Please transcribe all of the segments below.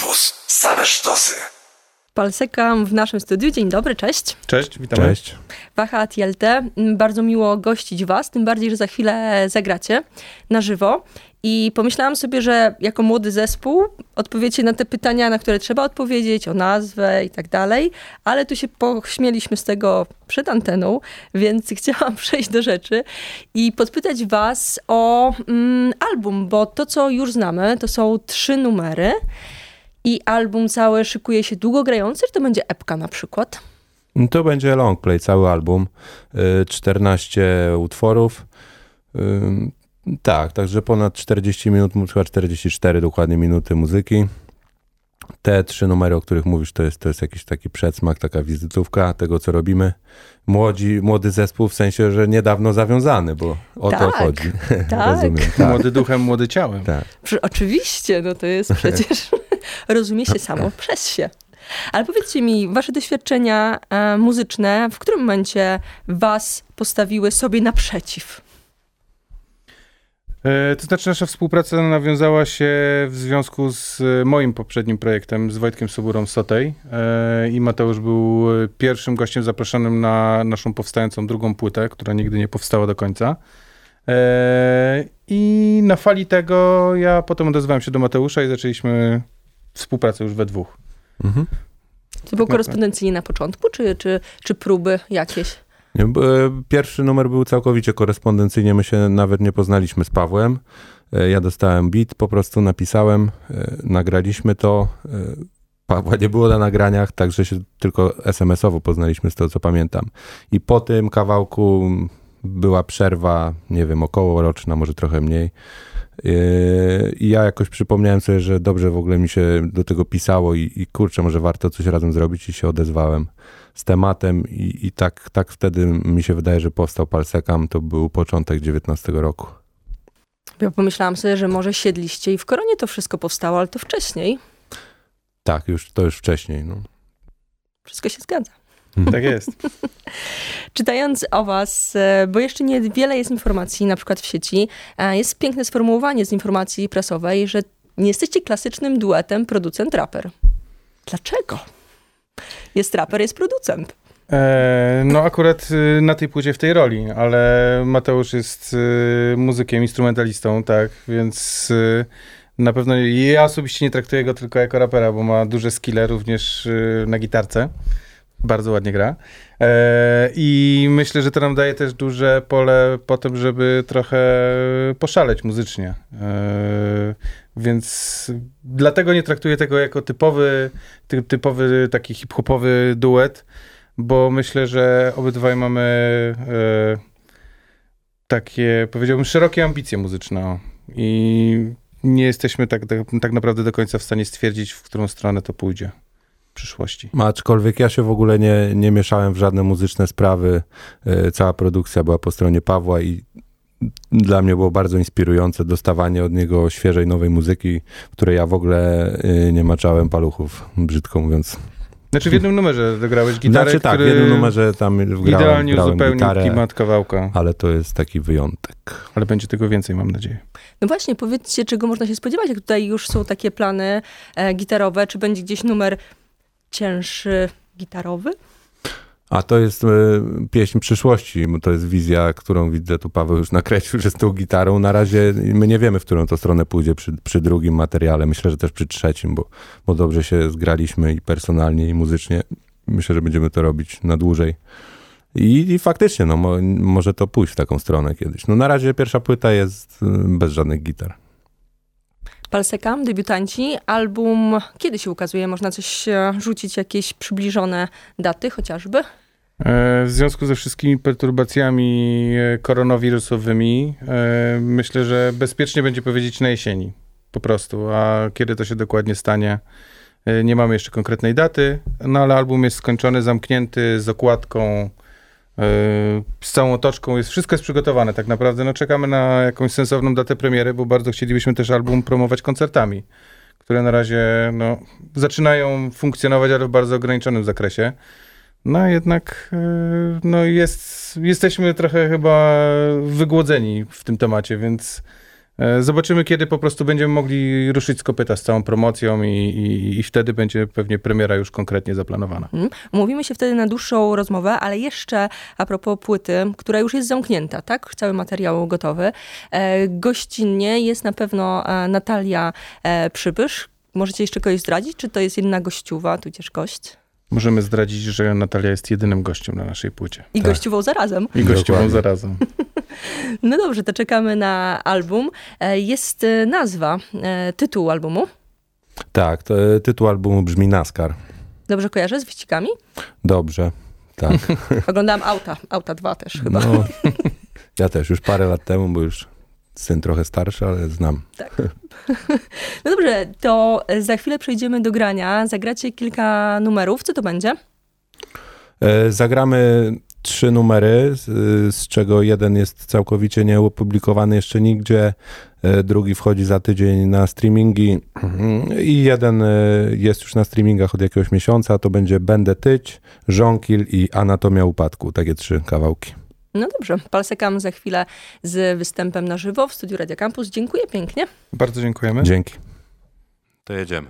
Campus. Same sztosy. Palsekam w naszym studiu. Dzień dobry, cześć. Cześć, witamy. Cześć. Waha Tielte. Bardzo miło gościć was, tym bardziej, że za chwilę zagracie na żywo. I pomyślałam sobie, że jako młody zespół odpowiecie na te pytania, na które trzeba odpowiedzieć, o nazwę i tak dalej, ale tu się pośmieliśmy z tego przed anteną, więc chciałam przejść do rzeczy i podpytać was o album, bo to, co już znamy, to są 3 numery i album cały szykuje się długogrający, czy to będzie epka na przykład? To będzie long play, cały album. 14 utworów. Tak, także ponad 40 minut, chyba 44 dokładnie minuty muzyki. Te 3 numery, o których mówisz, to jest jakiś taki przedsmak, taka wizytówka tego, co robimy. Młody zespół, w sensie, że niedawno zawiązany, bo o to chodzi. Tak. Rozumiem. Tak. Młody duchem, młody ciałem. Tak. Oczywiście, no to jest przecież, rozumie się samo przez się. Ale powiedzcie mi, wasze doświadczenia muzyczne, w którym momencie was postawiły sobie naprzeciw? To znaczy nasza współpraca nawiązała się w związku z moim poprzednim projektem, z Wojtkiem Soburą Sotej. I Mateusz był pierwszym gościem zaproszonym na naszą powstającą drugą płytę, która nigdy nie powstała do końca. I na fali tego ja potem odezwałem się do Mateusza i zaczęliśmy współpracę już we dwóch. Mhm. To było korespondencyjnie na początku, czy próby jakieś? Pierwszy numer był całkowicie korespondencyjnie, my się nawet nie poznaliśmy z Pawłem. Ja dostałem beat, po prostu napisałem, nagraliśmy to. Pawła nie było na nagraniach, także się tylko SMS-owo poznaliśmy z tego, co pamiętam. I po tym kawałku była przerwa, nie wiem, około roczna, może trochę mniej. I ja jakoś przypomniałem sobie, że dobrze w ogóle mi się do tego pisało i kurczę, może warto coś razem zrobić i się odezwałem z tematem i tak wtedy mi się wydaje, że powstał Palsekam, to był początek 19 roku. Ja pomyślałam sobie, że może siedliście i w Koronie to wszystko powstało, ale to wcześniej. Tak, to już wcześniej. No. Wszystko się zgadza. Tak jest. Czytając o was, bo jeszcze niewiele jest informacji, na przykład w sieci, jest piękne sformułowanie z informacji prasowej, że nie jesteście klasycznym duetem producent-raper. Dlaczego? Jest raper, jest producent. No akurat na tej płycie w tej roli, ale Mateusz jest muzykiem, instrumentalistą, tak, więc na pewno ja osobiście nie traktuję go tylko jako rapera, bo ma duże skille również na gitarce. Bardzo ładnie gra. I myślę, że to nam daje też duże pole po tym, żeby trochę poszaleć muzycznie. Więc dlatego nie traktuję tego jako typowy taki hip-hopowy duet, bo myślę, że obydwaj mamy takie, powiedziałbym, szerokie ambicje muzyczne. I nie jesteśmy tak naprawdę do końca w stanie stwierdzić, w którą stronę to pójdzie w przyszłości. Aczkolwiek ja się w ogóle nie mieszałem w żadne muzyczne sprawy. Cała produkcja była po stronie Pawła i dla mnie było bardzo inspirujące dostawanie od niego świeżej, nowej muzyki, w której ja w ogóle nie maczałem paluchów, brzydko mówiąc. Znaczy w jednym numerze dograłeś gitarę, Znaczy tak, w jednym numerze tam idealnie grałem uzupełnił gitarę, klimat kawałka. ale to jest taki wyjątek. Ale będzie tego więcej, mam nadzieję. No właśnie, powiedzcie, czego można się spodziewać, jak tutaj już są takie plany gitarowe, czy będzie gdzieś numer cięższy gitarowy? A to jest pieśń przyszłości, bo to jest wizja, którą widzę, tu Paweł już nakreślił, że z tą gitarą. Na razie my nie wiemy, w którą to stronę pójdzie przy drugim materiale. Myślę, że też przy trzecim, bo dobrze się zgraliśmy i personalnie, i muzycznie. Myślę, że będziemy to robić na dłużej. I faktycznie, no może to pójść w taką stronę kiedyś. No na razie pierwsza płyta jest bez żadnych gitar. Palsekam, debiutanci. Album kiedy się ukazuje? Można coś rzucić, jakieś przybliżone daty chociażby? W związku ze wszystkimi perturbacjami koronawirusowymi myślę, że bezpiecznie będzie powiedzieć na jesieni. Po prostu. A kiedy to się dokładnie stanie, nie mamy jeszcze konkretnej daty, no ale album jest skończony, zamknięty, z okładką, z całą otoczką, wszystko jest przygotowane tak naprawdę. No czekamy na jakąś sensowną datę premiery, bo bardzo chcielibyśmy też album promować koncertami, które na razie zaczynają funkcjonować, ale w bardzo ograniczonym zakresie. No jednak jesteśmy trochę chyba wygłodzeni w tym temacie, więc Zobaczymy, kiedy po prostu będziemy mogli ruszyć z kopyta z całą promocją i wtedy będzie pewnie premiera już konkretnie zaplanowana. Umówimy się wtedy na dłuższą rozmowę, ale jeszcze a propos płyty, która już jest zamknięta, tak? Cały materiał gotowy. Gościnnie jest na pewno Natalia Przybysz. Możecie jeszcze kogoś zdradzić, czy to jest jedna gościuwa, tudzież gość? Możemy zdradzić, że Natalia jest jedynym gościem na naszej płycie. I gościową zarazem. I gościową zarazem. No dobrze, to czekamy na album. Jest nazwa, tytuł albumu. Tak, to tytuł albumu brzmi NASCAR. Dobrze kojarzę z wyścigami? Dobrze, tak. Oglądałam Auta 2 też chyba. No, ja też, już parę lat temu, bo już syn trochę starszy, ale znam. Tak. No dobrze, to za chwilę przejdziemy do grania. Zagracie kilka numerów. Co to będzie? Zagramy 3 numery, z czego jeden jest całkowicie nieopublikowany jeszcze nigdzie, drugi wchodzi za tydzień na streamingi i jeden jest już na streamingach od jakiegoś miesiąca. To będzie Będę tyć, Żonkil i Anatomia upadku. Takie 3 kawałki. No dobrze, palsekam za chwilę z występem na żywo w studiu Radio Campus. Dziękuję pięknie. Bardzo dziękujemy. Dzięki. To jedziemy.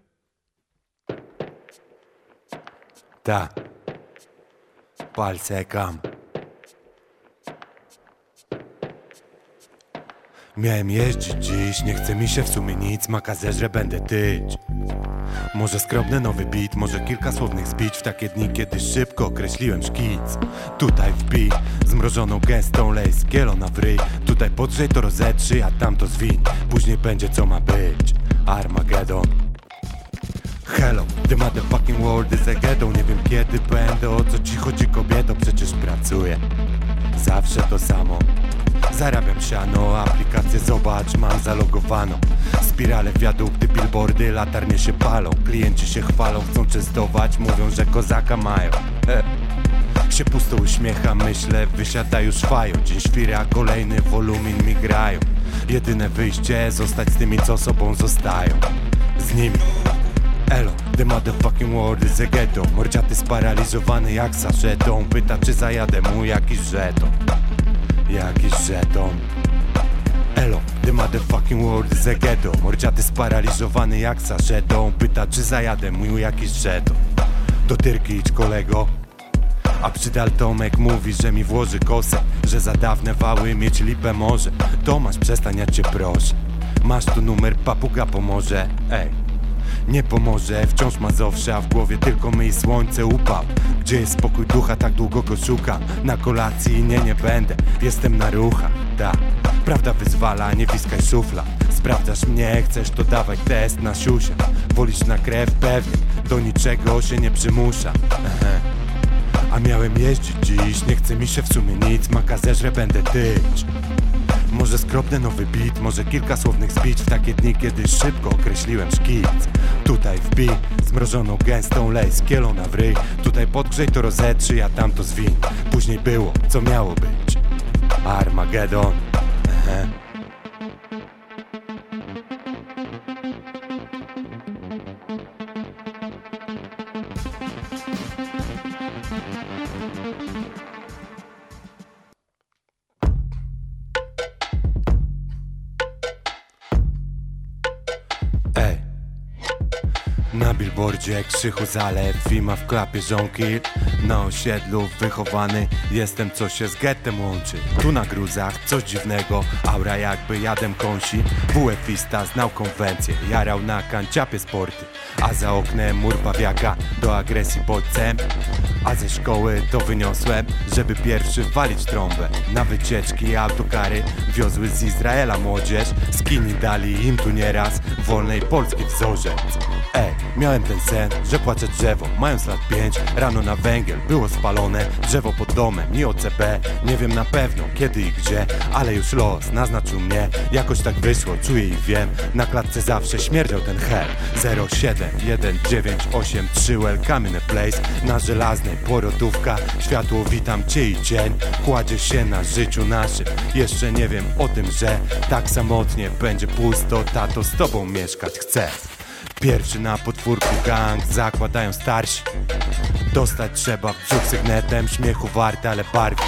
Ta. Palsekam. Miałem jeździć dziś, nie chce mi się w sumie nic, makazerze będę tyć. Może skromny nowy beat, może kilka słownych zbić w takie dni, kiedy szybko określiłem szkic. Tutaj wbij, zmrożoną gęstą lej z kielona w ryj. Tutaj podrzej to rozetrzy, a tam to zwiń. Później będzie co ma być. Armageddon. Hello, the motherfucking world is a ghetto. Nie wiem kiedy będę, o co ci chodzi kobieto, przecież pracuję. Zawsze to samo. Zarabiam siano, aplikację zobacz, mam zalogowaną. Spirale, wiadukty, billboardy, latarnie się palą. Klienci się chwalą, chcą częstować, mówią, że kozaka mają. Się pusto uśmiecham, myślę, wysiada już fają. Dzień świry, a kolejny wolumin mi grają. Jedyne wyjście, zostać z tymi, co sobą zostają. Z nimi. Elo, the motherfucking world is a ghetto. Mordziaty sparaliżowany jak saszetą. Pyta, czy zajadę mu jakiś żeton. Jakiś żeton. Elo, the motherfucking world is a ghetto. Mordziaty sparaliżowany jak saszetą. Pyta, czy zajadę mu jakiś żeton. Do tyrki idź kolego. A przydal Tomek mówi, że mi włoży kosę, że za dawne wały mieć lipę może. Tomasz, przestań, ja cię proszę. Masz tu numer, papuga pomoże. Ej, nie pomoże, wciąż Mazowsze, a w głowie tylko my i słońce upał. Gdzie jest spokój ducha, tak długo go szukam. Na kolacji nie będę, jestem na rucha. Da, prawda wyzwala, nie wiskaj szufla. Sprawdzasz mnie, chcesz to dawaj test na siusia. Wolisz na krew, pewnie, do niczego się nie przymusza. A miałem jeździć dziś, nie chce mi się w sumie nic, makazerze będę tyć. Może skromny nowy beat, może kilka słownych zbić w takie dni, kiedy szybko określiłem szkic. Tutaj wbij, zmrożoną gęstą lej z kielona w ryj. Tutaj podgrzej to rozetrzy, a tam to zwiń. Później było, co miało być. Armageddon. Na billboardzie Krzychu Zalew, Fima w klapie Żonkil. Na osiedlu wychowany jestem, co się z gettem łączy. Tu na gruzach coś dziwnego, aura jakby jadem kąsi. WF-ista znał konwencję, jarał na kanciapie sporty. A za oknem mur pawiaka, do agresji bodźcem. A ze szkoły to wyniosłem, żeby pierwszy walić trąbę. Na wycieczki autokary wiozły z Izraela młodzież. Skini dali im tu nieraz wolnej Polski wzorzec. Miałem ten sen, że płacze drzewo. Mając lat 5, rano na węgiel było spalone drzewo pod domem i OCP. Nie wiem na pewno kiedy i gdzie, ale już los naznaczył mnie. Jakoś tak wyszło, czuję i wiem. Na klatce zawsze śmierdział ten hell. 07198 welcome in a place. Na Żelaznej porodówka, światło witam cię i cień. Kładzie się na życiu naszym. Jeszcze nie wiem o tym, że tak samotnie będzie pusto. Tato, z tobą mieszkać chcę. Pierwszy na podwórku gang zakładają starsi. Dostać trzeba w brzuch sygnetem, śmiechu warte, ale barwi.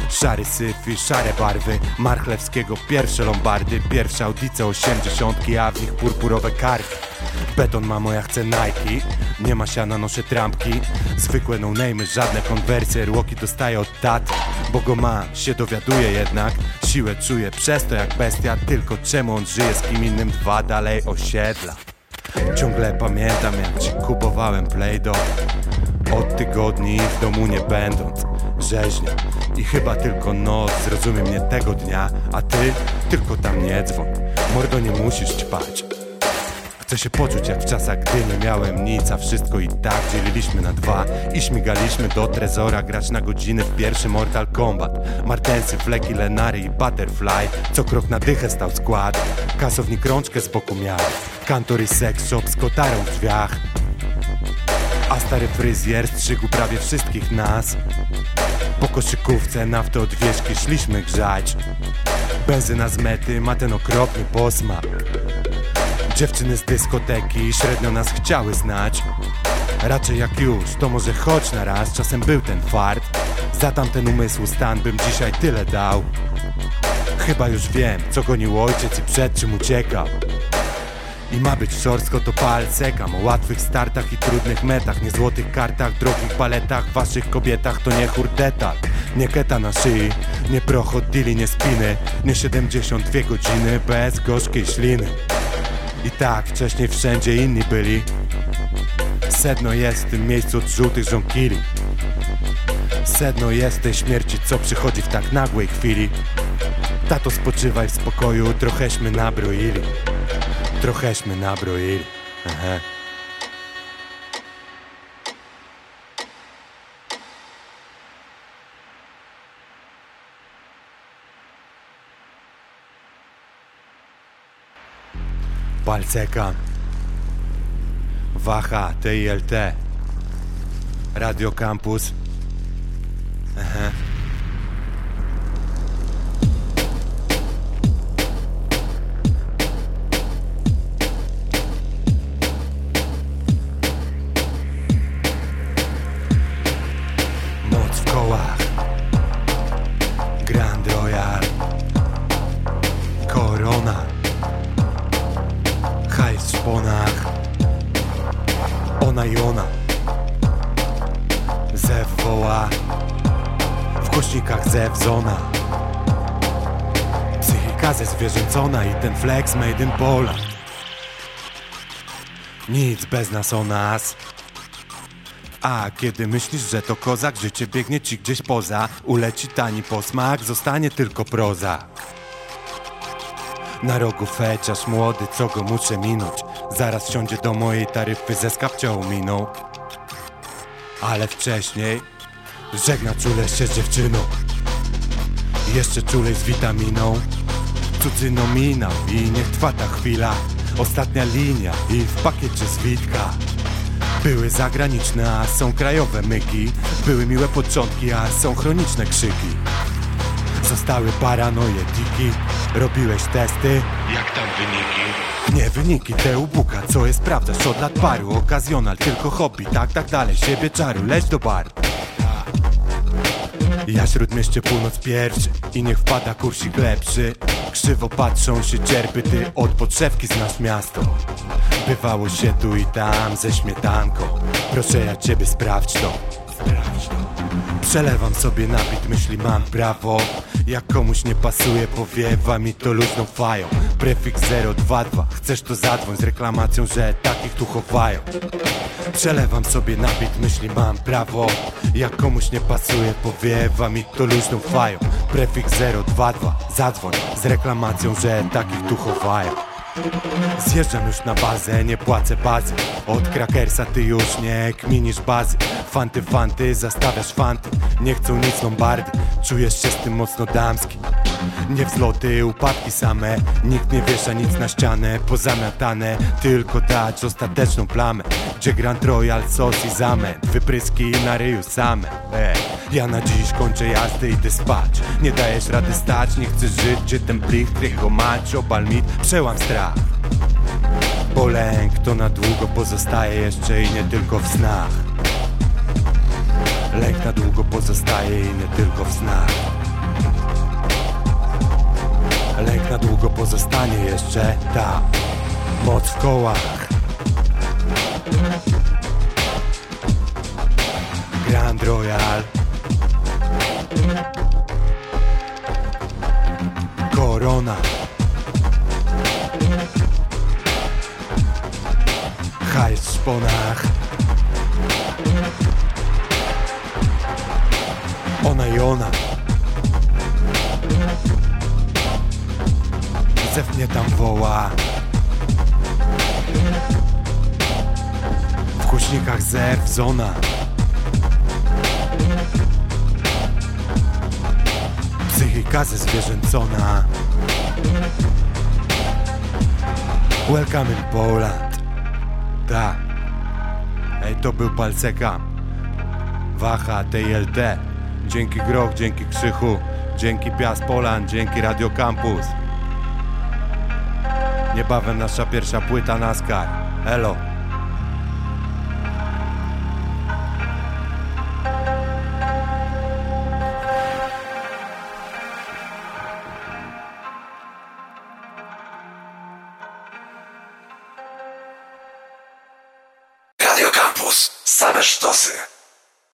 Szary syf i szare barwy Marchlewskiego pierwsze lombardy. Pierwsze audice 80, a w nich purpurowe karki. Beton mamo, ja chcę Nike. Nie ma siana, noszę trampki. Zwykłe no-name'y, żadne konwersje. Rłoki dostaję od taty, bo go ma, się dowiaduje jednak. Siłę czuję przez to jak bestia. Tylko czemu on żyje z kim innym 2 dalej osiedla. Ciągle pamiętam jak ci kupowałem Play-Doh. Od tygodni w domu nie będąc rzeźnia. I chyba tylko noc zrozumie mnie tego dnia. A ty tylko tam nie dzwoń. Mordo, nie musisz ćpać. Chcę się poczuć jak w czasach, gdy nie miałem nic, a wszystko i tak dzieliliśmy na 2 i śmigaliśmy do trezora, grać na godziny w pierwszy Mortal Kombat. Martensy, fleki, lenary i butterfly. Co krok na dychę stał skład. Kasownik rączkę z boku miał. Kantor i sex shop z kotarą w drzwiach. A stary fryzjer strzygł prawie wszystkich nas. Po koszykówce naftę od wierzki szliśmy grzać. Benzyna z mety ma ten okropny posmak. Dziewczyny z dyskoteki średnio nas chciały znać. Raczej jak już, to może chodź na raz. Czasem był ten fart. Za tamten umysł stan bym dzisiaj tyle dał. Chyba już wiem, co gonił ojciec i przed czym uciekał. I ma być szorstko, to pal sekam. O łatwych startach i trudnych metach. Nie złotych kartach, drogich paletach. Waszych kobietach to nie hurdetal. Nie keta na szyi, nie prochodili, nie spiny. Nie 72 godziny bez gorzkiej śliny. I tak wcześniej wszędzie inni byli. Sedno jest w tym miejscu od żółtych żonkili. Sedno jest tej śmierci, co przychodzi w tak nagłej chwili. Tato, spoczywaj w spokoju, trochęśmy nabroili. Trochęśmy nabroili. Aha. Palceka, Waha, TILT, Radio Campus. Aha. Noc w kołach, Grand Royal, Korona. Hajs w szponach, ona i ona. Zew woła, w głośnikach zew zona. Psychika zezwierzęcona i ten flex made in Poland. Nic bez nas o nas. A kiedy myślisz, że to kozak, życie biegnie ci gdzieś poza. Uleci tani posmak, zostanie tylko proza. Na rogu feciarz młody, co go muszę minąć. Zaraz wsiądzie do mojej taryfy, ze skapcią miną. Ale wcześniej żegna czule się z dziewczyną. Jeszcze czulej z witaminą. Cudzy nominał i niech trwa ta chwila. Ostatnia linia i w pakiecie zwitka. Były zagraniczne, a są krajowe myki. Były miłe początki, a są chroniczne krzyki. Zostały paranoje tiki. Robiłeś testy? Jak tam wyniki? Nie wyniki, te ubuka, co jest prawda, od lat paru. Okazjonal, tylko hobby, tak dalej. Siebie czaru, leć do baru. Ja śródmieście północ pierwszy i niech wpada kursik lepszy. Krzywo patrzą się cierpy, ty od podszewki znasz miasto. Bywało się tu i tam ze śmietanką. Proszę ja ciebie, sprawdź to. Przelewam sobie napit, myśli mam prawo. Jak komuś nie pasuje, powiewa mi to luźną fają. Prefiks 022, chcesz to zadzwoń z reklamacją, że takich tu chowają. Przelewam sobie napit, myśli mam prawo. Jak komuś nie pasuje, powiewa mi to luźną fają. Prefiks 022, zadzwoń z reklamacją, że takich tu chowają. Zjeżdżam już na bazę, nie płacę bazy. Od Krakersa ty już nie kminisz bazy. Fanty, zastawiasz fanty. Nie chcą nic lombardy, czujesz się z tym mocno damski. Nie wzloty, upadki same. Nikt nie wiesza nic na ścianę, pozamiatane. Tylko dać ostateczną plamę, gdzie Grand Royal, sos i zamęt. Wypryski na ryju same. Ja na dziś kończę jazdy, idę spać. Nie dajesz rady stać, nie chcesz żyć, gdzie ten plich, trycho mać, obal mit, przełam strach. Bo lęk to na długo pozostaje jeszcze i nie tylko w snach. Lęk na długo pozostaje i nie tylko w snach. Lęk na długo pozostanie jeszcze. Ta moc w kołach. Grand Royal. Korona. Hajs w szponach. Ona i ona. Zew mnie tam woła. W głośnikach zew zona. Psychika zezwierzęcona. Welcome in Poland. Tak. Ej, to był Palcekam. Wacha, TLT. Dzięki Groch, dzięki Krzychu, dzięki Piast Poland, dzięki Radio Campus. Niebawem nasza pierwsza płyta NASCAR. Elo. Radio Campus. Same sztosy.